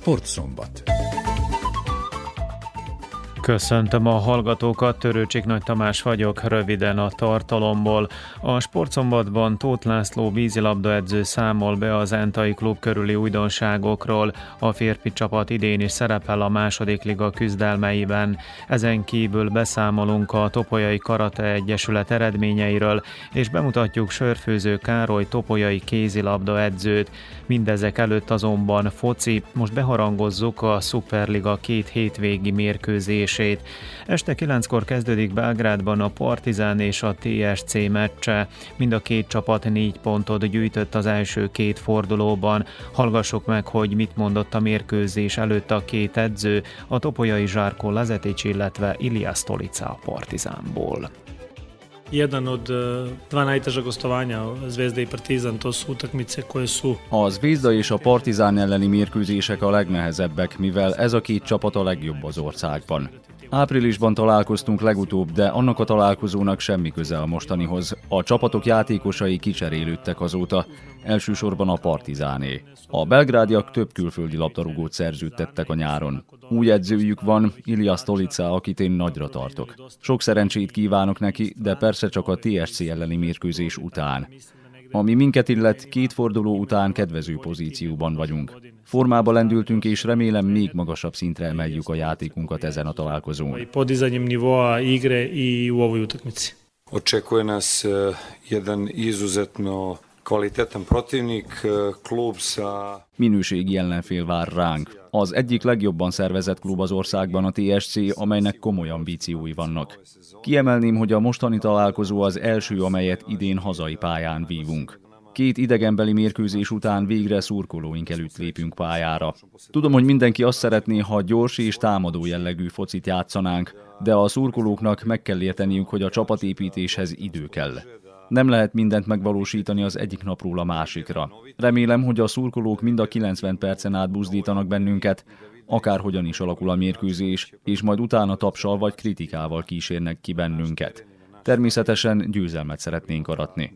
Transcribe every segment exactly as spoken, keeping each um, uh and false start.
Sportszombat. Köszöntöm a hallgatókat, Törőcsik Nagy Tamás vagyok, röviden a tartalomból. A Sportszombatban Tóth László vízilabdaedző számol be az Entai klub körüli újdonságokról. A férfi csapat idén is szerepel a második liga küzdelmeiben. Ezen kívül beszámolunk a Topolyai Karate Egyesület eredményeiről, és bemutatjuk Sörfőző Károly topolyai kézilabda edzőt. Mindezek előtt azonban foci, most beharangozzuk a Szuperliga két hétvégi mérkőzés. Este kilenckor kezdődik Belgrádban a Partizán és a té es cé meccse. Mind a két csapat négy pontot gyűjtött az első két fordulóban. Hallgassuk meg, hogy mit mondott a mérkőzés előtt a két edző, a topolyai Žarko Lazetić, illetve Ilija Stolica a Partizánból. Jedan od dva najteža gostovanja Zvezda i Partizan, to su utakmice koje su... A Zvezda és a Partizán elleni mérkőzések a legnehezebbek, mivel ez a két csapat a legjobb az országban. Áprilisban találkoztunk legutóbb, de annak a találkozónak semmi köze a mostanihoz. A csapatok játékosai kicserélődtek azóta, elsősorban a Partizáné. A belgrádiak több külföldi labdarúgót szerződtettek a nyáron. Új edzőjük van, Ilija Stolica, akit én nagyra tartok. Sok szerencsét kívánok neki, de persze csak a té es cé elleni mérkőzés után. Ami minket illet, két forduló után kedvező pozícióban vagyunk. Formába lendültünk, és remélem még magasabb szintre emeljük a játékunkat ezen a találkozón. Podizanjem nivoa igre i u ovoj utakmici. Očekuje nas jedan izuzetno kvalitetan protivnik, klub sa... Minőségi ellenfél vár ránk. Az egyik legjobban szervezett klub az országban a té es cé, amelynek komoly ambíciói vannak. Kiemelném, hogy a mostani találkozó az első, amelyet idén hazai pályán vívunk. Két idegenbeli mérkőzés után végre szurkolóink előtt lépünk pályára. Tudom, hogy mindenki azt szeretné, ha gyors és támadó jellegű focit játszanánk, de a szurkolóknak meg kell érteniük, hogy a csapatépítéshez idő kell. Nem lehet mindent megvalósítani az egyik napról a másikra. Remélem, hogy a szurkolók mind a kilencven percen át buzdítanak bennünket, akárhogyan is alakul a mérkőzés, és majd utána tapssal vagy kritikával kísérnek ki bennünket. Természetesen győzelmet szeretnénk aratni.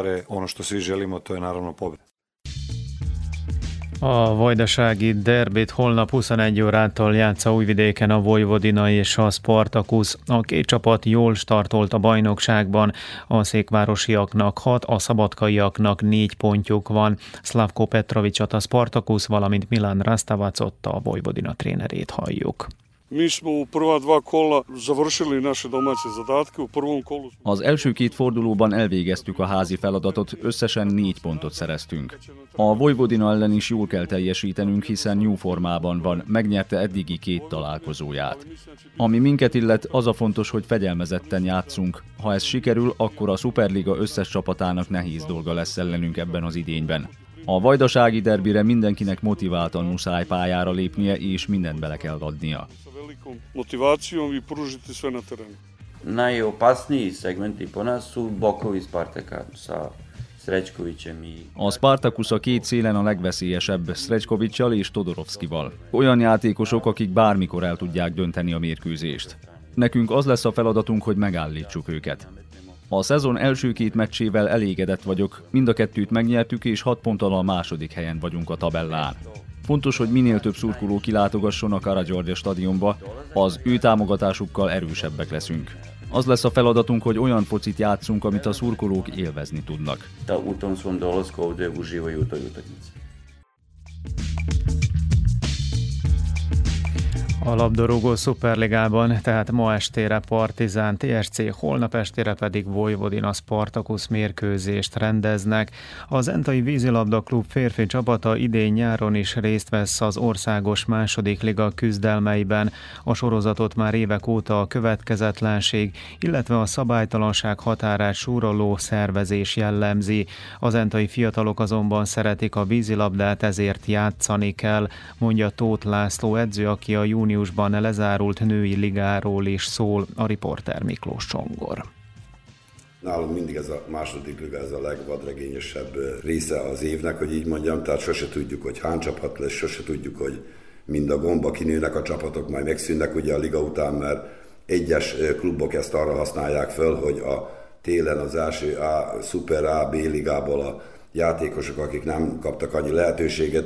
A vajdasági derbit holnap huszonegy órától játsza Újvidéken a Vojvodina és a Spartakusz. A két csapat jól startolt a bajnokságban, a székvárosiaknak hat, a szabadkaiaknak négy pontjuk van. Slavko Petrovićot a Spartakusz, valamint Milan Rastavacot, a Vojvodina trénerét halljuk. Mi smo u prva dva kola završili naše domaće zadatke. U prvom kolu... Az első két fordulóban elvégeztük a házi feladatot, összesen négy pontot szereztünk. A Vojvodina ellen is jól kell teljesítenünk, hiszen jó formában van, megnyerte eddigi két találkozóját. Ami minket illet, az a fontos, hogy fegyelmezetten játszunk. Ha ez sikerül, akkor a Szuperliga összes csapatának nehéz dolga lesz ellenünk ebben az idényben. A vajdasági derbire mindenkinek motiváltan muszáj pályára lépnie, és mindent bele kell adnia. Motivációm i pružiti sve na terenu. Najopasniji segmenti po nas su bokovi Spartaka sa Srećkovićem i... A Spartakusz a két szélen a legveszélyesebb, Srećkovićsal és Todorovszkival. Olyan játékosok, akik bármikor el tudják dönteni a mérkőzést. Nekünk az lesz a feladatunk, hogy megállítsuk őket. A szezon első két meccsével elégedett vagyok, mind a kettőt megnyertük, és hat ponttal a második helyen vagyunk a tabellán. Fontos, hogy minél több szurkoló kilátogasson a Karađorđe stadionba, az ő támogatásukkal erősebbek leszünk. Az lesz a feladatunk, hogy olyan focit játszunk, amit a szurkolók élvezni tudnak. A labdarúgó szuperligában, tehát ma estére Partizán, té es cé, holnap estére pedig Vojvodina Spartakusz mérkőzést rendeznek. Az Entai Vízilabda Klub férfi csapata idén nyáron is részt vesz az országos második liga küzdelmeiben. A sorozatot már évek óta a következetlenség, illetve a szabálytalanság határát súroló szervezés jellemzi. Az entai fiatalok azonban szeretik a vízilabdát, ezért játszani kell, mondja Tóth László edző, aki a júniusban lezárult női ligáról is szól, a riporter Miklós Csongor. Nálunk mindig ez a második liga, ez a legvadregényesebb része az évnek, hogy így mondjam, tehát sose tudjuk, hogy hány csapat lesz, sose tudjuk, hogy mind a gomba kinőnek a csapatok, majd megszűnnek ugye a liga után, mert egyes klubok ezt arra használják föl, hogy a télen az első A, Szuper A, B ligából a játékosok, akik nem kaptak annyi lehetőséget,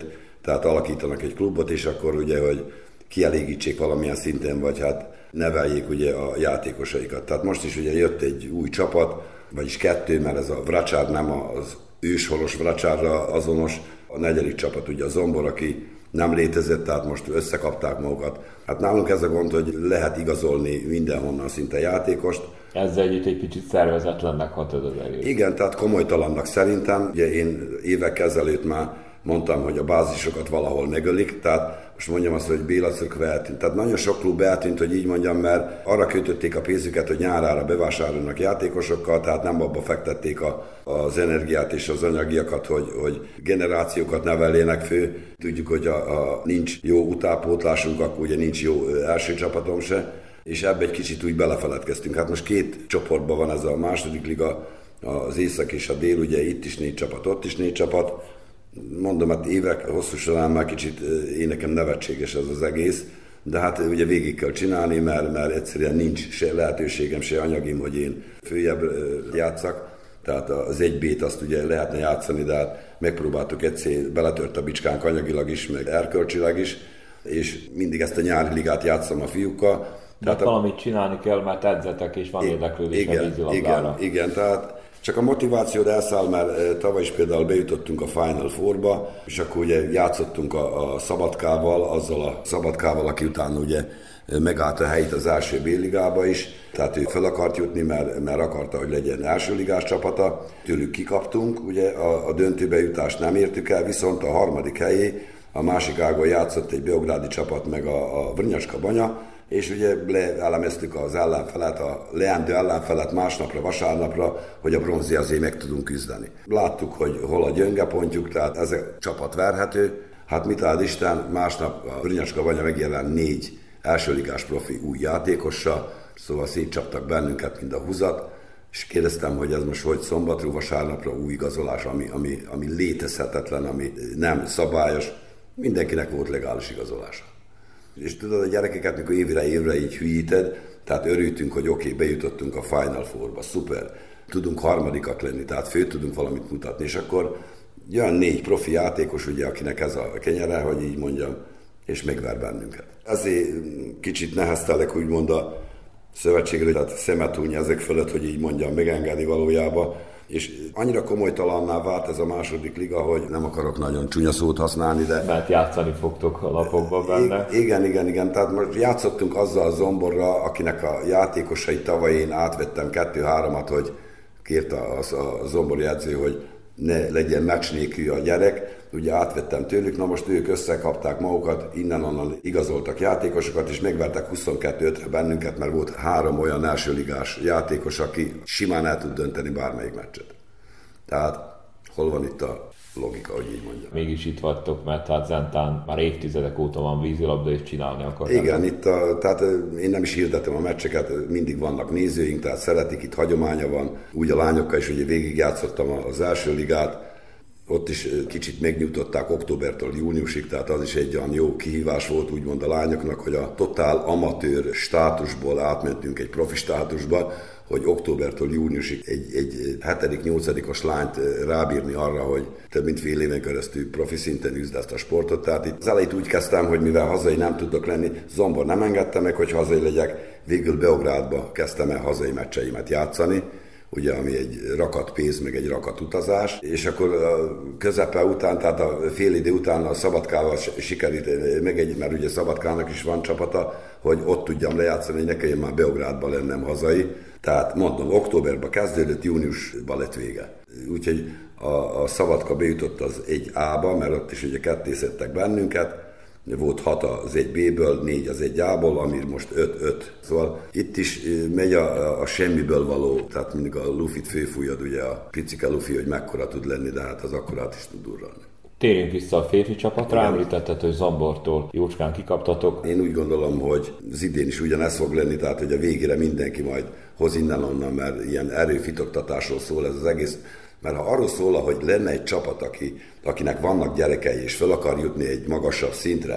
tehát alakítanak egy klubot, és akkor ugye, hogy kielégítsék valamilyen szinten, vagy hát neveljék ugye a játékosaikat. Tehát most is ugye jött egy új csapat, vagyis kettő, mert ez a Vracsár nem az őshonos Vracsárra azonos, a negyedik csapat ugye a Zombor, aki nem létezett, tehát most összekapták magukat. Hát nálunk ez a gond, hogy lehet igazolni mindenhonnan szinte játékost. Ezzel együtt egy picit szervezetlennek hatod az egész. Igen, tehát komolytalannak szerintem. Ugye én évek ezelőtt már mondtam, hogy a bázisokat valahol megölik, tehát most mondjam azt, hogy Béla Szökve eltűnt. Tehát nagyon sok klub eltűnt, hogy így mondjam, mert arra kötötték a pénzüket, hogy nyárára bevásárolnak játékosokkal, tehát nem abba fektették a, az energiát és az anyagiakat, hogy, hogy generációkat neveljenek fő. Tudjuk, hogy a, a nincs jó utánpótlásunk, akkor ugye nincs jó első csapatom se, és ebbe egy kicsit úgy belefeledkeztünk. Hát most két csoportban van ez a második liga, az észak és a dél, ugye itt is négy csapat, ott is négy csapat. Mondom, hát évek hosszú során már kicsit én nekem nevetséges ez az egész, de hát ugye végig kell csinálni, mert, mert egyszerűen nincs se lehetőségem, se anyagim, hogy én följebb játszak. Tehát az egy bét azt ugye lehetne játszani, de hát megpróbáltuk egyszer, beletört a bicskánk anyagilag is, meg erkölcsileg is, és mindig ezt a nyári ligát játszom a fiúkkal. Tehát a... valamit csinálni kell, mert edzetek, és van érdeklődés a vízilabdára. Igen, igen, tehát csak a motivációd elszáll, mert tavaly is például bejutottunk a Final Fourba, és akkor ugye játszottunk a, a Szabadkával, azzal a Szabadkával, aki utána ugye megállt a helyét az első B-ligába is, tehát ő fel akart jutni, mert, mert akarta, hogy legyen első ligás csapata. Tőlük kikaptunk, ugye a, a döntőbe jutást nem értük el, viszont a harmadik helyé, a másik ágon játszott egy beográdi csapat, meg a, a Vrnyaska Banya, és ugye leelemeztük az ellenfelet, a leendő ellenfelet másnapra, vasárnapra, hogy a bronzé azért meg tudunk küzdeni. Láttuk, hogy hol a gyönge pontjuk, tehát ez a csapat verhető. Hát mit áld Isten, másnap a Vrnyaska Banya megjelent négy elsőligás profi új játékossal, szóval szétcsaptak bennünket, mint a húzat, és kérdeztem, hogy ez most hogy szombatról, vasárnapra új igazolás, ami, ami, ami létezhetetlen, ami nem szabályos, mindenkinek volt legális igazolása. És tudod, a gyerekeket, mikor évre évre így hülyíted, tehát örültünk, hogy oké, okay, bejutottunk a Final Fourba, szuper, tudunk harmadikak lenni, tehát fő tudunk valamit mutatni, és akkor jön négy profi játékos, ugye, akinek ez a kenyere, hogy így mondjam, és megver bennünket. Ezért kicsit neheztelek, úgymond a szövetségre, tehát szemet húnyni ezek fölött, hogy így mondjam, megengedni valójában. És annyira komolytalanná vált ez a második liga, hogy nem akarok nagyon csúnya szót használni, de... Mert játszani fogtok a lapokban benne. Igen, igen, igen. Tehát most játszottunk azzal a Zomborra, akinek a játékosai tavaly én átvettem kettő-háromat, hogy kérte a, a Zombori edző, hogy ne legyen meccs nélkül a gyerek. Ugye átvettem tőlük, na most ők összekapták magukat, innen-onnan igazoltak játékosokat, és megvertek huszonkettő ötre bennünket, mert volt három olyan elsőligás játékos, aki simán el tud dönteni bármelyik meccset. Tehát hol van itt a logika, hogy így mondjam. Mégis itt vagytok, mert hát Zentán már évtizedek óta van vízilabda, és csinálni akarják. Igen, itt a, tehát én nem is hirdetem a meccseket, mindig vannak nézőink, tehát szeretik, itt hagyománya van. Úgy a lányokkal is, ugye végigjátszottam az első ligát, ott is kicsit megnyújtották októbertől júniusig, tehát az is egy olyan jó kihívás volt úgymond a lányoknak, hogy a totál amatőr státusból átmentünk egy profi státusba, hogy októbertől júniusig egy, egy hetedik-nyolcadikos lányt rábírni arra, hogy több mint fél éven keresztül profi szinten üzd ezt a sportot. Tehát itt az elejét úgy kezdtem, hogy mivel hazai nem tudok lenni, Zombor nem engedte meg, hogy hazai legyek, végül Beográdba kezdtem el hazai meccseimet játszani, ugye, ami egy rakat pénz, meg egy rakat utazás, és akkor a közepe után, tehát a fél idő után a Szabadkával sikerült meg egy, mert ugye Szabadkának is van csapata, hogy ott tudjam lejátszani, hogy ne kelljen már Beográdba lennem hazai. Tehát mondom, októberben kezdődött, júniusban lett vége. Úgyhogy a, a Szabadka bejutott az egy A-ba, mert ott is ugye kettészettek bennünket, volt hat az egy B-ből, négy az egy A-ból, ami most öt-öt. Szóval itt is megy a, a semmiből való, tehát mindig a lufit főfújad, ugye a picike lufi, hogy mekkora tud lenni, de hát az akkorát is tud durrani. Térjünk vissza a férfi csapatra, említetted, hogy Zombortól jócskán kikaptatok. Én úgy gondolom, hogy az idén is ugyanez fog lenni, tehát hogy a végére mindenki majd hoz innen-onnan, mert ilyen erőfitoktatásról szól ez az egész. Mert ha arról szól, hogy lenne egy csapat, aki, akinek vannak gyerekei, és fel akar jutni egy magasabb szintre,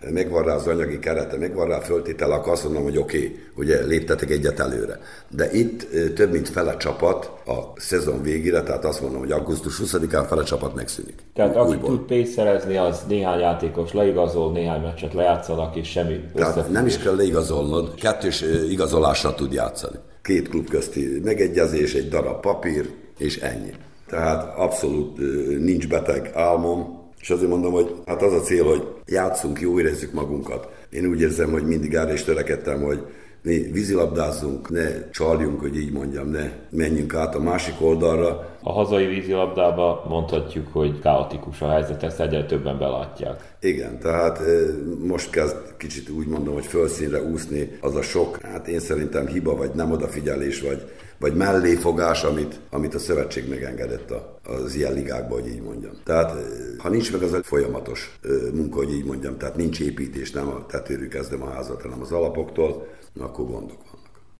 megvan rá az anyagi kerete, megvan rá föltétele, akkor azt mondom, hogy oké, okay, ugye léptetek egyet előre. De itt több mint fele csapat a szezon végére, tehát azt mondom, hogy augusztus huszadikán fele csapat megszűnik. Tehát aki tud pénzt szerezni, az néhány játékos leigazol, néhány meccset lejátszanak, és semmi Tehát nem is kell leigazolnod, kettős igazolásra tud játszani. Két klub közti megegyezés, egy darab papír, és ennyi. Tehát abszolút nincs beteg álmom, és azért mondom, hogy hát az a cél, hogy játszunk, jó érezzük magunkat. Én úgy érzem, hogy mindig erre is törekedtem, hogy mi vízilabdázzunk, ne csaljunk, hogy így mondjam, ne menjünk át a másik oldalra. A hazai vízilabdában mondhatjuk, hogy kaotikus a helyzet, ezt egyre többen belátják. Igen, tehát most kezd kicsit úgy mondom, hogy fölszínre úszni az a sok, hát én szerintem hiba, vagy nem odafigyelés, vagy, vagy melléfogás, amit, amit a szövetség megengedett a, az ilyen ligákban, hogy így mondjam. Tehát ha nincs meg az a folyamatos munka, hogy így mondjam, tehát nincs építés, nem a tetőről kezdem a házat, hanem az alapoktól, akkor gondok vannak.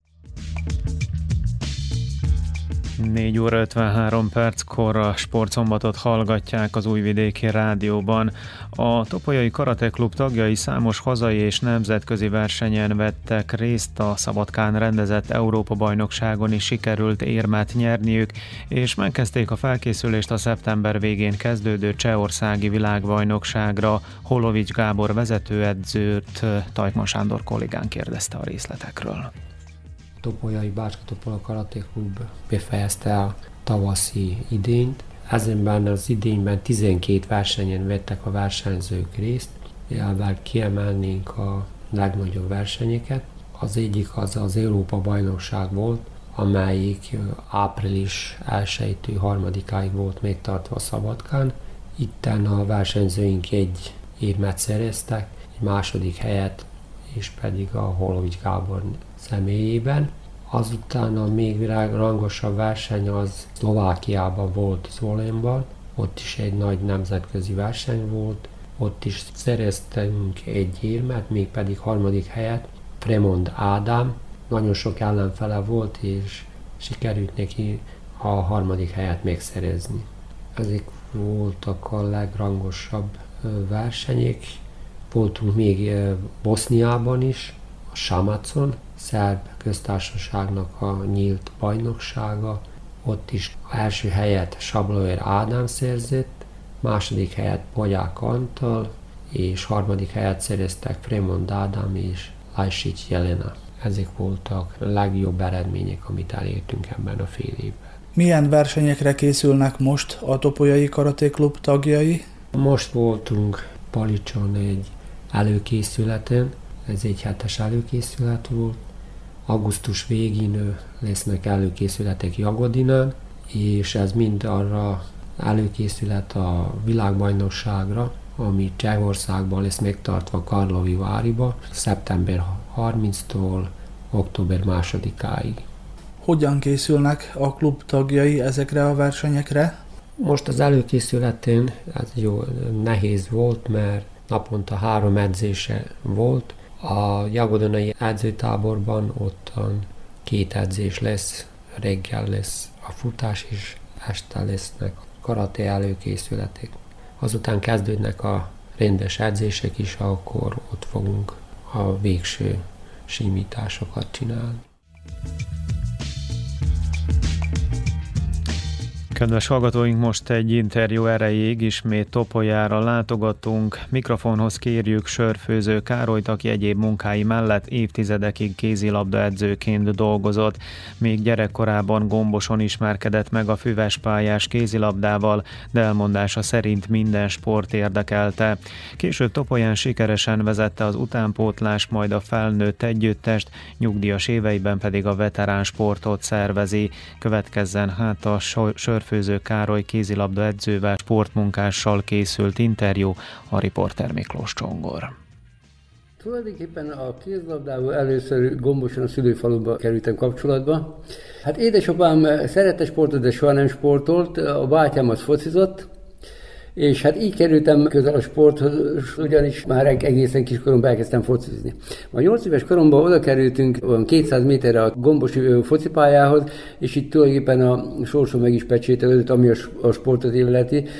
négy óra ötvenhárom perckor a Sportszombatot hallgatják az Újvidéki Rádióban. A Topolyai Karate Klub tagjai számos hazai és nemzetközi versenyen vettek részt, a Szabadkán rendezett Európa-bajnokságon is sikerült érmet nyerniük, és megkezdték a felkészülést a szeptember végén kezdődő csehországi világbajnokságra. Holovics Gábor vezetőedzőt Tajkman Sándor kollégán kérdezte a részletekről. Topolyai Bácska-Topola Karate Klub befejezte a tavaszi idényt. Ezenben az idényben tizenkét versenyen vettek a versenyzők részt, illetve kiemelnénk a legnagyobb versenyeket. Az egyik az az Európa-bajnokság volt, amelyik április elsejétől harmadikáig volt megtartva Szabadkán. Itten a versenyzőink egy érmet szereztek, egy második helyet, és pedig a Holovics Gábor személyében. Azután a még rangosabb verseny az Szlovákiában volt, Zvolenban, ott is egy nagy nemzetközi verseny volt, ott is szereztünk egy érmet, mégpedig harmadik helyet, Fremond Ádám, nagyon sok ellenfele volt, és sikerült neki a harmadik helyet megszerezni. Ezek voltak a legrangosabb versenyek. Voltunk még Boszniában is, a Samacon, Szerb köztársaságnak a nyílt bajnoksága. Ott is az első helyet Sabloer Ádám szerzett, második helyet Pogyák Antal, és harmadik helyet szereztek Fremond Ádám és Lajsics Jelena. Ezek voltak a legjobb eredmények, amit elértünk ebben a fél évben. Milyen versenyekre készülnek most a Topolyai Karate Klub tagjai? Most voltunk Palicson egy előkészületen, ez egy hetes előkészület volt. Augusztus végén lesznek előkészületek Jagodinán, és ez mind arra előkészület a világbajnokságra, ami Csehországban lesz megtartva Karlovy Varyba, szeptember harmincadikáig október másodikáig. Hogyan készülnek a klub tagjai ezekre a versenyekre? Most az előkészületen ez jó nehéz volt, mert naponta három edzése volt. A jagodinai edzőtáborban ottan két edzés lesz, reggel lesz a futás, és este lesznek karate előkészületek. Azután kezdődnek a rendes edzések is, akkor ott fogunk a végső simításokat csinálni. Kedves hallgatóink, most egy interjú erejéig ismét Topolyára látogatunk. Mikrofonhoz kérjük Sörfőző Károlyt, aki egyéb munkái mellett évtizedekig kézilabdaedzőként dolgozott. Még gyerekkorában Gomboson ismerkedett meg a füvespályás kézilabdával, de elmondása szerint minden sport érdekelte. Később Topolyán sikeresen vezette az utánpótlás, majd a felnőtt együttest, nyugdíjas éveiben pedig a veterán sportot szervezi. Következzen hát a Sörfőző Főző Károly kézilabda edzővel, sportmunkással készült interjú, a riporter Miklós Csongor. Tulajdonképpen a kézilabdával először Gomboson a szülőfaluba kerültem kapcsolatba. Hát édesapám szerette sportot, de soha nem sportolt, a bátyám az focizott, és hát így kerültem közel a sporthoz, ugyanis már egészen kiskoromban elkezdtem focizni. A nyolc éves koromban oda kerültünk olyan kétszáz méterre a gombosi focipályához, és itt tulajdonképpen a sorsom meg is pecsételődött, ami a sportot illeti.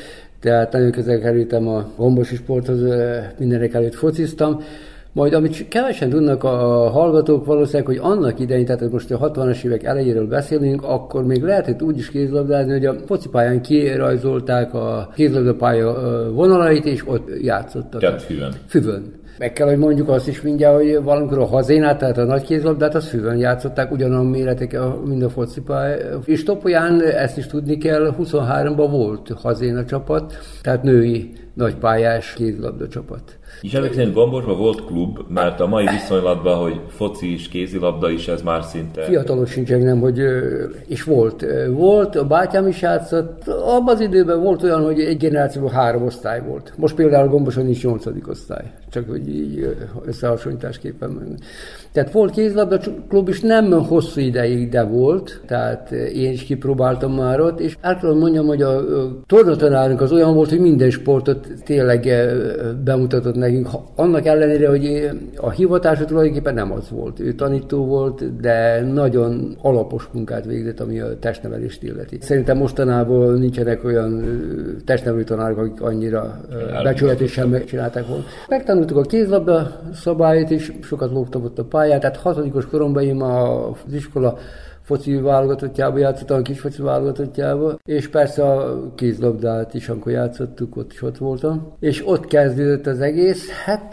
tehát nagyon közel kerültem a gombosi sporthoz, mindenek előtt fociztam. Majd amit kevesen tudnak a hallgatók valószínűleg, hogy annak idején, tehát most a hatvanas évek elejéről beszélünk, akkor még lehetett úgy is kézilabdázni, hogy a focipályán kirajzolták a kézilabdapálya vonalait, és ott játszottak. Tehát füvön. Füvön. Meg kell, hogy mondjuk azt is mindjárt, hogy valamikor a hazénát, tehát a nagy kézilabdát, az füvön játszották, ugyanolyan méretek, mint a focipálya. És Topolyán, ezt is tudni kell, huszonháromban volt hazéna csapat, tehát női nagypályás kézilabda csapat. És ezek szerint Gombosban volt klub, mert a mai viszonylatban, hogy foci is, kézilabda is, ez már szinte... Fiatalok sincsenek, nem, hogy... És volt. Volt, a bátyám is játszott. Abban az időben volt olyan, hogy egy generációban három osztály volt. Most például Gomboson nincs nyolcadik osztály. Csak hogy így összehasonlításképpen. Tehát volt kézilabda klub is, nem hosszú ideig, de volt. Tehát én is kipróbáltam már ott, és el kell mondjam, hogy a tornatanárunk az olyan volt, hogy minden sportot tényleg bemutatott nekünk. Annak ellenére, hogy a hivatása tulajdonképpen nem az volt. Ő tanító volt, de nagyon alapos munkát végzett, ami a testnevelést illeti. Szerintem mostanában nincsenek olyan testnevelő tanárok, akik annyira becsületésen megcsinálták volna. Megtanultuk a kézlabda szabályt, és sokat lógtam ott a pályát, tehát hatodikos koromban én az iskola foci válogatottjába játszottam, a kis foci válogatottjába, és persze a kézlabdát is, amikor játszottuk, ott is ott voltam. És ott kezdődött az egész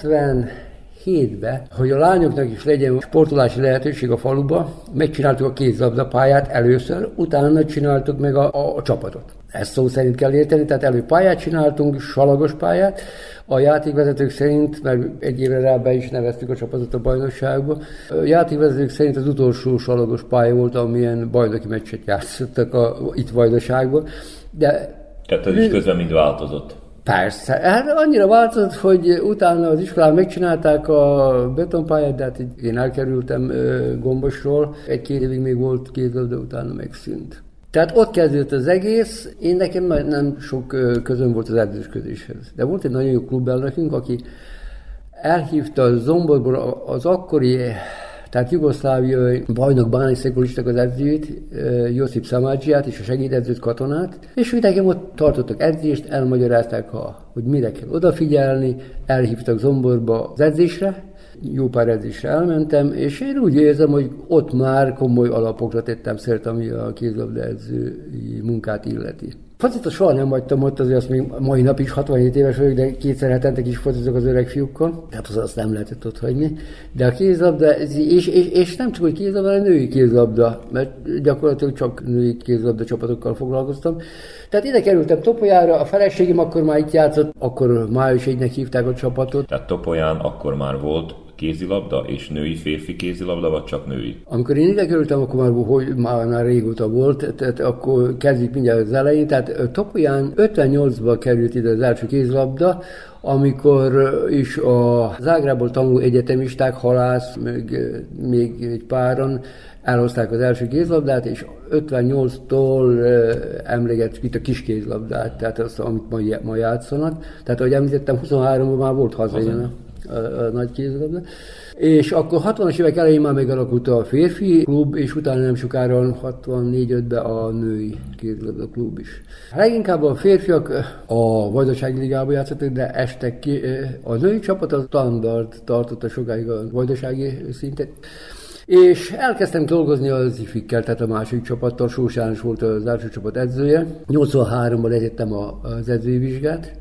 hetvenhétben, hogy a lányoknak is legyen sportolási lehetőség a faluba, megcsináltuk a kézlabdapályát először, utána csináltuk meg a, a, a csapatot. Ezt szó szerint kell érteni, tehát előbb pályát csináltunk, salagos pályát, a játékvezetők szerint, mert egy évre rá be is neveztük a csapatot a bajnokságba, a játékvezetők szerint az utolsó salagos pálya volt, amilyen bajnoki meccset játszottak a, itt Vajdaságban. De tehát ez is közben mind változott. Persze. Hát annyira változott, hogy utána az iskolán megcsinálták a betonpályát, de hát én elkerültem Gombosról. Egy-két évig még volt kézlabda, de utána megszűnt. Tehát ott kezdődött az egész, én nekem nem sok közöm volt az edzősködéshez. De volt egy nagyon jó klubelnökünk, aki elhívta Zomborból az akkori, tehát jugoszláviai bajnok Bánai Szekulistak az edzőjét, Josip Samadzsiát és a segédedzőt Katonát, és hogy nekem ott tartottak edzést, elmagyarázták, hogy mire kell odafigyelni, elhívtak Zomborba az edzésre, jó pár edzésre elmentem, és én úgy érzem, hogy ott már komoly alapokra tettem szert, ami a kézlabda edzői munkát illeti. Focit soha nem hagytam ott, azért azt még mai nap is hatvanhét éves vagyok, de kétszer hetente is focizok az öreg fiúkkal, tehát az azt nem lehetett ott hagyni. De a kézlabda, és, és, és nem csak hogy kézlabda, hanem női kézlabda, mert gyakorlatilag csak női kézlabda csapatokkal foglalkoztam. Tehát ide kerültem Topolyára, a feleségem akkor már itt játszott, akkor május egynek hívták a csapatot. Tehát Topolyán akkor már volt kézilabda és női férfi kézilabda, vagy csak női? Amikor én ide kerültem, akkor már, hogy már, már régóta volt, tehát akkor kezdjük mindjárt az elején. Tehát Topolyán ötvennyolcban került ide az első kézilabda, amikor is a Zágrából tanuló egyetemisták, halász, meg még egy páran elhozták az első kézlabdát, és ötvennyolctól emleget itt a kis kézlabdát, tehát azt, amit ma, ma játszanak. Tehát, ahogy említettem, huszonháromban már volt hazajön a, a, a nagy kézlabda. És akkor hatvanas évek elején már megalakult a férfi klub, és utána nem sokára hatvannégy-ötben a női kézlabda klub is. Leginkább a férfiak a Vajdasági Ligában játszottak, de estek ki. A női csapat a standard tartotta sokáig a vajdasági szintet. És elkezdtem dolgozni az ifikkel, tehát a másik csapattal, Sós János volt az első csapat edzője. nyolcvanháromban letettem az edzői vizsgát,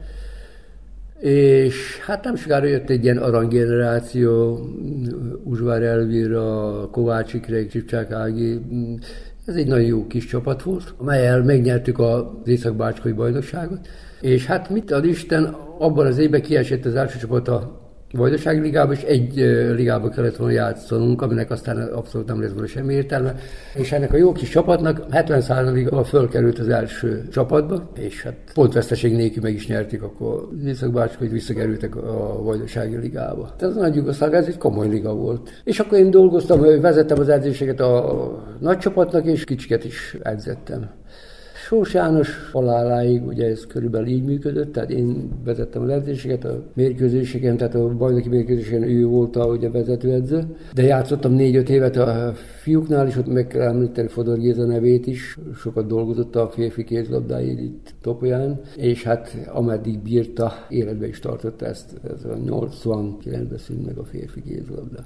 és hát nem sokára jött egy ilyen aranygeneráció, Uzsvár Elvira, Kovács Ikrek, Csipcsák Ági. Ez egy nagyon jó kis csapat volt, amelyel megnyertük az Észak-Bácskai bajnokságot. És hát mit ad Isten, abban az évben kiesett az első csapat a Vajdasági Ligába, és egy ligába kellett volna játszanunk, aminek aztán abszolút nem lett volna semmi értelme. És ennek a jó kis csapatnak hetven százaléka fölkerült az első csapatba, és hát pontveszteség nélkül meg is nyerték, akkor az Észak-Bácska, hogy visszakerültek a Vajdasági Ligába. Tehát az nagy jugoszláv, ez egy komoly liga volt. És akkor én dolgoztam, vezettem az edzéseket a nagy csapatnak, és kicsiket is edzettem. Sós János haláláig ugye ez körülbelül így működött, tehát én vezettem az edzéseket, a mérkőzéseken, tehát a bajnoki mérkőzéseken ő volt a ugye vezetőedző, de játszottam négy-öt évet a fiúknál, és ott meg kell említeni Fodor Géza nevét is, sokat dolgozott a férfi kézlabdáért itt Topolyán, és hát ameddig bírta, életbe is tartotta ezt, ez a nyolcvankilencben szűnt meg a férfi kézlabda.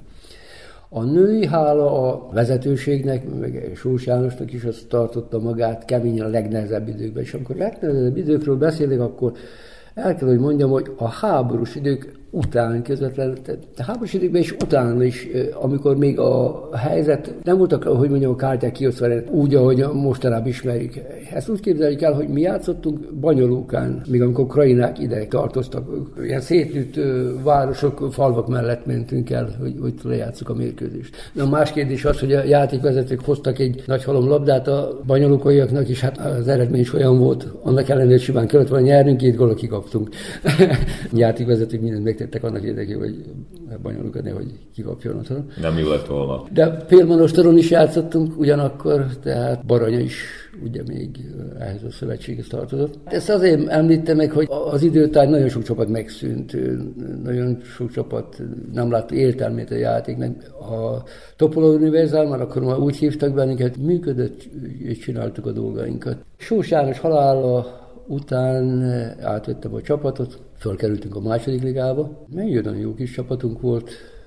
A női hála a vezetőségnek, meg Sós Jánosnak is azt tartotta magát keményen a legnehezebb időkben. És amikor a legnehezebb időkről beszélek, akkor el kell, hogy mondjam, hogy a háborús idők után közvetlenül, a háborús időkben is utána is, amikor még a helyzet nem voltak, hogy mondjam, a kártyák kiosztva úgy, ahogy mostanában ismerjük. Ezt úgy képzeljük el, hogy mi játszottunk Banyolókán, még amikor ukrajnák ide tartoztak, ilyen szétnőtt városok, falvak mellett mentünk el, hogy, hogy lejátszuk a mérkőzést. Na, más kérdés az, hogy a játékvezetők hoztak egy nagy halom labdát a banyolókaiaknak, és hát az eredmény is olyan volt, annak ellenére, hogy simán kellett volna nyernünk, két gólra kikaptunk. Játékvezetők mindent megtettek annak érdekében, hogy banyolókat nehogy kikapjon otthon. Nem jó lett volna. De Pélmonostoron is játszottunk ugyanakkor, tehát Baranya is ugye még ehhez a szövetséghez tartozott. Ezt azért említem meg, hogy az időtáj nagyon sok csapat megszűnt, nagyon sok csapat nem látta értelmét a játéknak. A Topola Univerzál, már akkor már úgy hívtak bennünket, működött, és csináltuk a dolgainkat. Sós János halála után átvettem a csapatot, fölkerültünk a második ligába, nagyon jó kis csapatunk volt,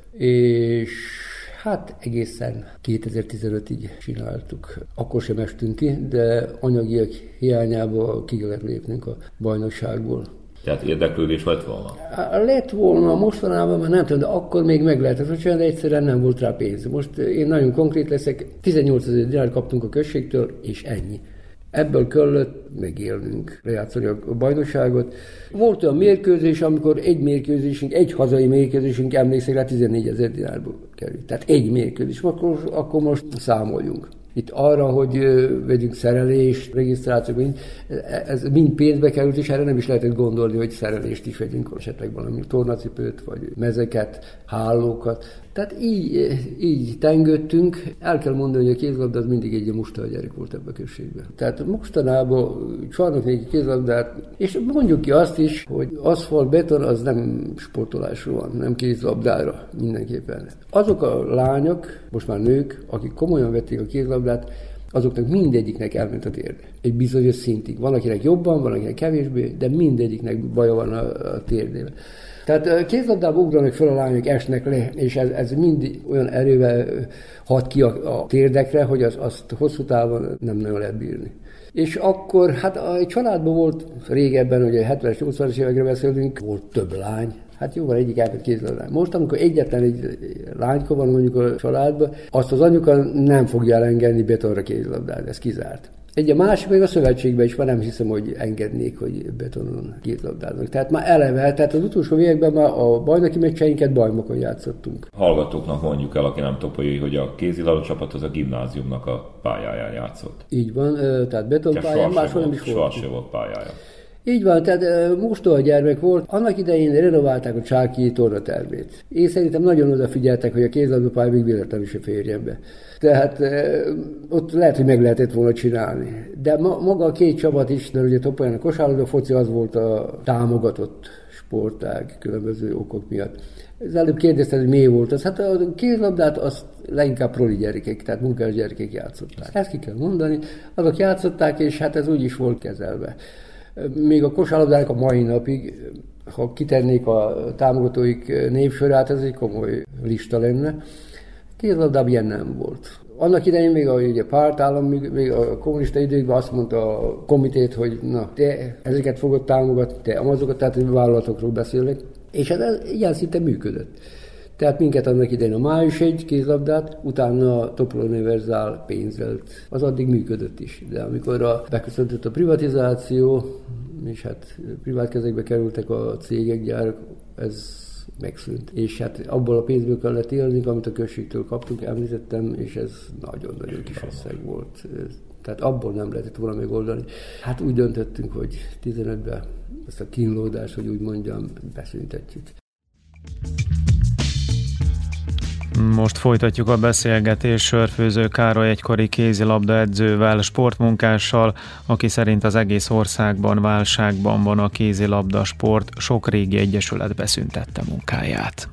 és hát egészen kétezer-tizenötig csináltuk. Akkor sem estünk ki, de anyagiak hiányába ki kellett lépnünk a bajnokságból. Tehát érdeklődés lett volna? Lett volna mostanában, már nem tudom, de akkor még meg lehetett csinálni, de egyszerűen nem volt rá pénz. Most én nagyon konkrét leszek, tizennyolcezer dinár kaptunk a községtől, és ennyi. Ebből kellett megélnünk, lejátszani a bajnokságot. Volt olyan mérkőzés, amikor egy mérkőzésünk, egy hazai mérkőzésünk, emlékszek rá, tizennégyezer dinárból került. Tehát egy mérkőzés, akkor, akkor most számoljunk. Itt arra, hogy vegyünk szerelést, regisztrációt, ez mind pénzbe került, és erre nem is lehetett gondolni, hogy szerelést is vegyünk, esetleg valami tornacipőt, vagy mezeket, hálókat. Tehát így, így tengődtünk. El kell mondani, hogy a kézlabda az mindig egy musta gyerek volt ebben a községben. Tehát mostanában csarnoknéki kézlabdát, és mondjuk ki azt is, hogy aszfalt, beton az nem sportolásról van, nem kézlabdára mindenképpen. Azok a lányok, most már nők, akik komolyan vették a kézlabdát, azoknak mindegyiknek elment a térde. Egy bizonyos szintig. Van, akinek jobban, van, akinek kevésbé, de mindegyiknek baja van a, a térdével. Tehát kézlabdába ugranak fel a lányok, esnek le, és ez, ez mind olyan erővel hat ki a, a térdekre, hogy az, azt hosszú távon nem nagyon lehet bírni. És akkor, hát egy családban volt régebben, ugye hetvenes, nyolcvanas évekre beszélünk, volt több lány. Hát jó, van egyik elment kézlabdán. Most, amikor egyetlen egy lányka van mondjuk a családban, azt az anyuka nem fogja elengedni betonra kézlabdát, ez kizárt. Egy a másik, még a szövetségben is már nem hiszem, hogy engednék, hogy betonon kézlabdáznak. Tehát már eleve, tehát az utolsó években már a bajnoki meccseinket bajnokon játszottunk. Hallgatóknak mondjuk el, aki nem topolyai, hogy a kézilabda csapat az a gimnáziumnak a pályáján játszott. Így van, tehát betonpályán, máshol nem is volt. Soha se volt pályája. Így van, tehát mostoha gyermek volt. Annak idején renoválták a Csáki tornatermét. Én szerintem nagyon odafigyeltek, hogy a kézlabdapálya még véletlenül se férjen be. Tehát ott lehet, hogy meg lehetett volna csinálni. De ma, maga a két csapat is, mert ugye Topolyán a kosárlabda foci az volt a támogatott sportág különböző okok miatt. Ez előbb kérdezted, hogy mi volt az. Hát a kézlabdát azt leginkább proli gyerekek, tehát munkás gyerekek játszották. Ezt ki kell mondani. Azok játszották, és hát ez úgy is volt kezelve. Még a kosárlabdának a mai napig, ha kitennék a támogatóik névsorát, ez egy komoly lista lenne. Kézlabdában ilyen nem volt. Annak idején még a ugye, pártállam, még a kommunista időkben azt mondta a komitét, hogy na, te ezeket fogod támogatni, te amazokat, tehát vállalatokról beszélek. És hát ez ilyen szinte működött. Tehát minket annak idején a Május egy kézlabdát, utána a Topola Univerzál pénzelt. Az addig működött is. De amikor a, beköszöntött a privatizáció, és hát privát kezekbe kerültek a cégek, gyárak, ez megszűnt. És hát abból a pénzből kellett élni, amit a községtől kaptunk, említettem, és ez nagyon-nagyon kis összeg volt. Tehát abból nem lehetett volna megoldani. Hát úgy döntöttünk, hogy tizenötben ezt a kínlódást, hogy úgy mondjam, beszüntetjük. Most folytatjuk a beszélgetést Sörfőző Károly egykori kézilabdaedzővel, sportmunkással, aki szerint az egész országban válságban van a kézilabda sport, sok régi egyesület beszüntette munkáját.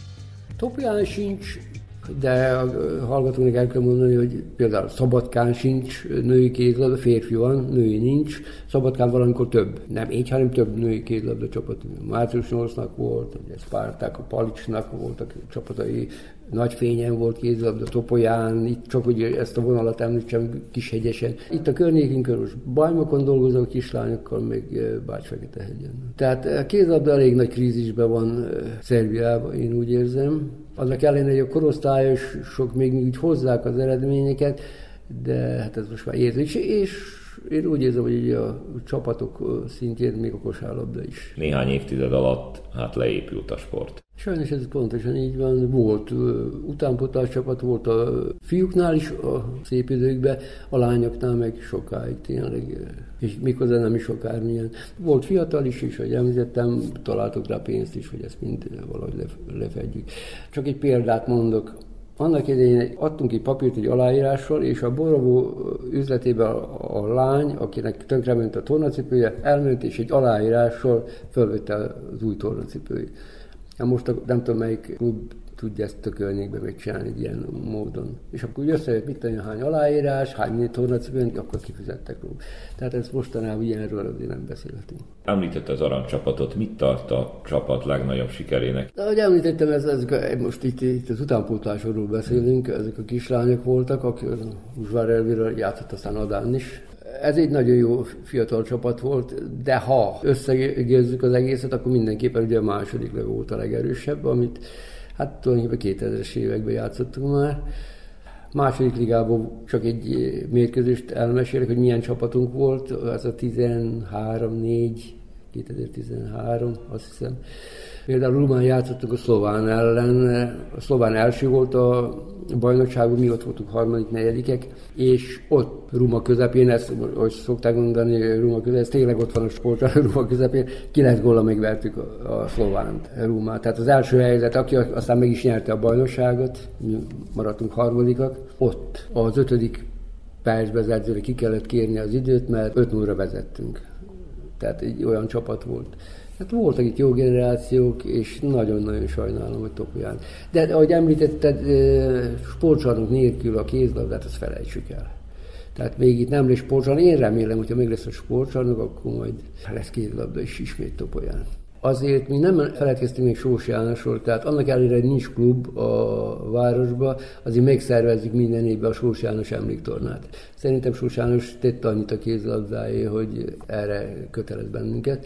Topján sincs, de a hallgatónak el kell mondani, hogy például Szabadkán sincs női kézilabda, férfi van, női nincs. Szabadkán valamikor több, nem így, hanem több női kézilabda csapat. Március nyolcadiknak volt, ugye Spartak, a Palicsnak voltak csapatai, Nagyfényen volt kézilabda, Topolyán, itt csak ugye ezt a vonalat említsem, Kishegyesen. Itt a környékünkön most Bajmokon dolgozó kislányokkal, meg Bács-Feketehegyen. Tehát a kézilabda elég nagy krízisben van Szerbiában, én úgy érzem. Annak ellenére, hogy a korosztályosok még úgy hozzák az eredményeket, de hát ez most már érzés, és én úgy érzem, hogy a csapatok szintjén még a kosárlabda is. Néhány évtized alatt hát leépült a sport. Sajnos ez pontosan így van. Volt utánpótlás csapat, volt a fiúknál is a szép időkben, a lányoknál meg sokáig tényleg, és miközben nem is akármilyen. Volt fiatal is, és ahogy említettem, találtuk rá pénzt is, hogy ezt mind valahogy lefedjük. Csak egy példát mondok. Annak idején adtunk egy papírt egy aláírással, és a Borovó üzletében a, a lány, akinek tönkrement a tornacipője, elment és egy aláírással fölvette az új tornacipőjét. Most nem tudom, melyik klub tudja ezt a környékben megcsinálni egy ilyen módon. És akkor úgy összejött, mit tenni, hány aláírás, hány tornacipőn, akkor kifizettek róla. Tehát ezt mostanában ilyenről azért nem beszélhetünk. Említette az aranycsapatot, mit tart a csapat legnagyobb sikerének? De ahogy említettem, ez, ez, most itt, itt az utánpótlásról beszélünk, ezek a kislányok voltak, akik Uzsvár Elviről játszott aztán Adán is. Ez egy nagyon jó fiatal csapat volt, de ha összegézzük az egészet, akkor mindenképpen ugye a második leg volt a legerősebb, amit hát tulajdonképpen kétezres években játszottunk már. Második ligában csak egy mérkőzést elmesélek, hogy milyen csapatunk volt, az a tizenhárom négy, kétezer-tizenhárom, azt hiszem. Például Rumán játszottunk a Szlován ellen, a Szlován első volt a bajnokságban, mi ott voltunk harmadik, negyedikek, és ott Ruma közepén, ezt, ahogy szokták mondani, Ruma közepén, ez tényleg ott van a sportban, Ruma közepén, kilenc góllal megvertük a, a Szlovánt, Rumát. Tehát az első helyzet, aki aztán meg is nyerte a bajnokságot, mi maradtunk harmadikak, ott az ötödik percben az edzőre ki kellett kérni az időt, mert öt nullra vezettünk. Tehát egy olyan csapat volt. Hát voltak itt jó generációk, és nagyon-nagyon sajnálom, hogy Topolyán. De ahogy említetted, sportcsarnok nélkül a kézlabdát, azt felejtsük el. Tehát még itt nem lesz sportcsarnok. Én remélem, hogyha még lesz a sportcsarnok, akkor majd lesz kézlabda is ismét Topolyán. Azért mi nem feledkeztünk még Sós Jánosról, tehát annak ellenére, hogy nincs klub a városban, azért megszervezzük minden évben a Sós János emléktornát. Szerintem Sós János tette annyit a kézlabdáé, hogy erre kötelez bennünket.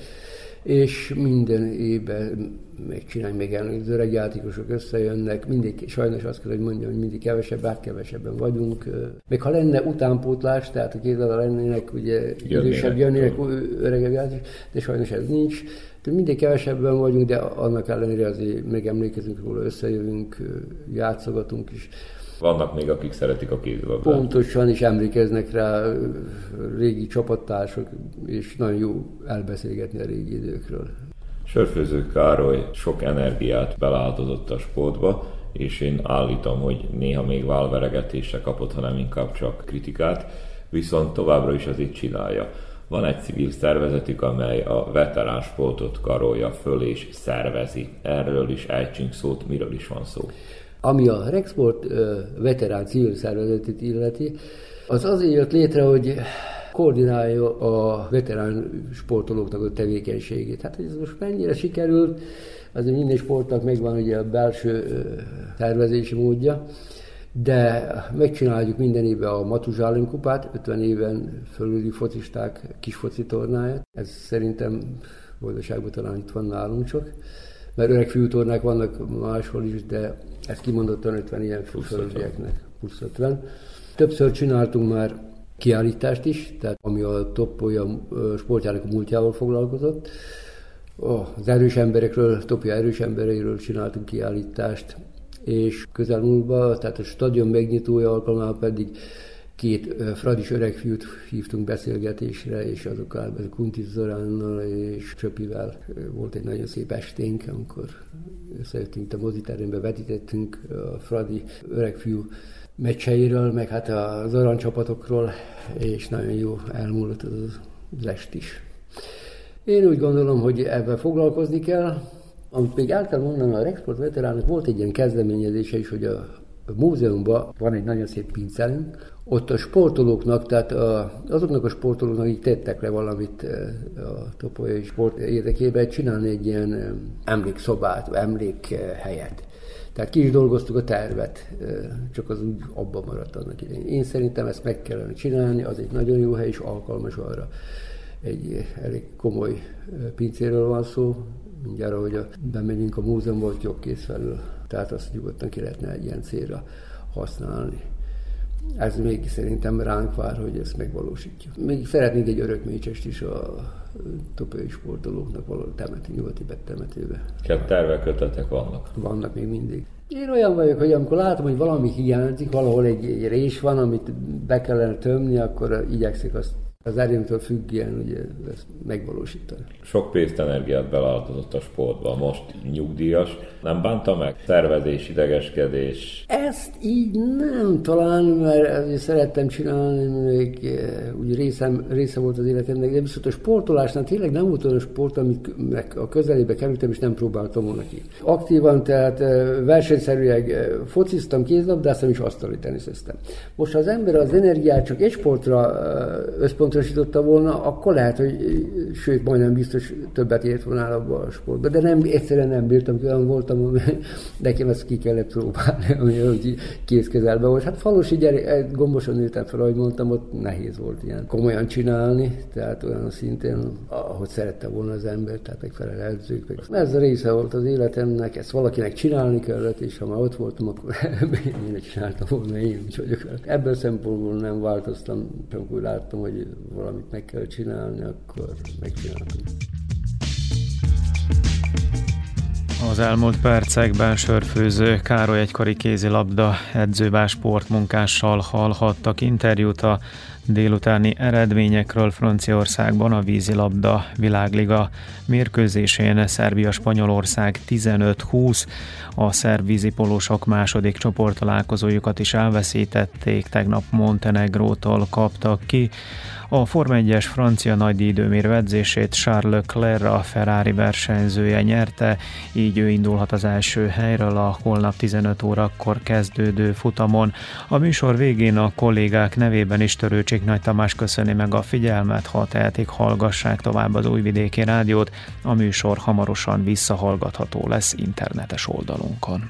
És minden évben megcsinálni még el, az öreg játékosok összejönnek, mindig, sajnos azt kell, hogy mondjam, hogy mindig kevesebb, át kevesebben vagyunk. Még ha lenne utánpótlás, tehát a kézlabda lennének, ugye idősebb jönnének öregebb játékosok, de sajnos ez nincs. De mindig kevesebben vagyunk, de annak ellenére azért megemlékezünk róla, összejövünk, játszogatunk is. Vannak még, akik szeretik a kézilabdát. Pontosan, és emlékeznek rá régi csapattársak, és nagyon jó elbeszélgetni a régi időkről. Sörfőző Károly sok energiát beleáldozott a sportba, és én állítom, hogy néha még válveregetésre kapott, hanem inkább csak kritikát, viszont továbbra is azért csinálja. Van egy civil szervezetük, amely a veterán sportot karolja föl és szervezi. Erről is ejtsünk szót, miről is van szó. Ami a Rexport veterán civil szervezetét illeti, az azért jött létre, hogy koordinálja a veterán sportolóknak a tevékenységét. Hát ez most mennyire sikerült, azért minden sportnak megvan ugye a belső tervezési módja, de megcsináljuk minden évben a Matuzsálin kupát, ötven éven fölüli focisták kis foci tornáját. Ez szerintem Boldogságban talán itt van nálunk csak, mert öreg fiútornák vannak máshol is, de ez kimondottan ötven ilyen földieknek, plusz ötven. Többször csináltunk már kiállítást is, tehát ami a Topolya sportjának a múltjával foglalkozott. Az erős emberekről, Topolya erős embereiről csináltunk kiállítást, és közelmúltban, tehát a stadion megnyitója alkalmával pedig két fradis öregfiút hívtunk beszélgetésre, és azokkal, Kuntis Zoránnal és Csöpivel volt egy nagyon szép esténk, amikor összejöttünk a moziterembe, vetítettünk a fradi öregfiú meccseiről, meg hát az aranycsapatokról, és nagyon jó elmúlott az, az est is. Én úgy gondolom, hogy ebben foglalkozni kell. Amit még el kell mondani, a Rexport veteránok volt egy ilyen kezdeményezése is, hogy a múzeumban van egy nagyon szép pincelünk, ott a sportolóknak, tehát a, azoknak a sportolóknak, akik tettek le valamit a topolyai sport érdekében, csinálni egy ilyen emlékszobát, emlékhelyet. Tehát ki is dolgoztuk a tervet, csak az úgy abban maradt annak idején. Én szerintem ezt meg kellene csinálni, az egy nagyon jó hely és alkalmas arra. Egy elég komoly pincéről van szó, mindjárt, ahogy a, bemegyünk a múzeumba, hogy jogkész felül. Tehát azt nyugodtan ki lehetne egy ilyen célra használni. Ez még szerintem ránk vár, hogy ezt megvalósítjuk. Még szeretnénk egy örökmécsest is a topolyai sportolóknak valahol temetni, nyugati temetőbe. Kett tervek, ötletek vannak? Vannak még mindig. Én olyan vagyok, hogy amikor látom, hogy valami hiányzik, valahol egy, egy rés van, amit be kellene tömni, akkor igyekszik azt az erőmtől függően ugye, ezt megvalósítani. Sok pénzt, energiát beleáldozott a sportba, most nyugdíjas. Nem bánta meg? Szervezés, idegeskedés? Ezt így nem talán, mert azért szerettem csinálni, még úgy részem, része volt az életemnek, de viszont a sportolásnál tényleg nem volt olyan sport, amit a közelébe kerültem, és nem próbáltam volna ki. Aktívan, tehát versenyszerűen fociztam, kézlabdáztam, és asztali teniszeztem. Most ha az ember az energiát csak egy sportra összpontosította volna, akkor lehet, hogy sőt, majdnem biztos többet ért volna abba a sportba. De nem, egyszerűen nem bírtam, olyan voltam, nekem ezt ki kellett próbálni, hogy kézkezelben volt. Hát falusi gyere, gombosan nőttem fel, ahogy mondtam, ott nehéz volt ilyen komolyan csinálni, tehát olyan szintén, ahogy szerette volna az ember, tehát megfelelő edzők. Meg. Ez a része volt az életemnek, ezt valakinek csinálni kellett, és ha már ott voltam, akkor én csináltam volna, én úgy vagyok. Ebből szempontból nem változtam, csak úgy láttam, hogy valamit meg kell csinálni, akkor megcsináltam. Az elmúlt percekben sörfőző Károly egykori kézilabda edzővel, sportmunkással hallhattak interjút a délutáni eredményekről. Franciaországban a vízilabda világliga mérkőzésén Szerbia-Spanyolország tizenöt húsz. A szerb vízipolósok második csoporttalálkozójukat is elveszítették, tegnap Montenegrótól kaptak ki. A Forma egyes francia nagydíjidőmérő edzését Charles Leclerc, a Ferrari versenyzője nyerte, így ő indulhat az első helyről a holnap tizenöt órakor kezdődő futamon. A műsor végén a kollégák nevében is Törőcsik Nagy Tamás köszöni meg a figyelmet, ha tehetik, hallgassák tovább az Újvidéki Rádiót. A műsor hamarosan visszahallgatható lesz internetes oldalunkon.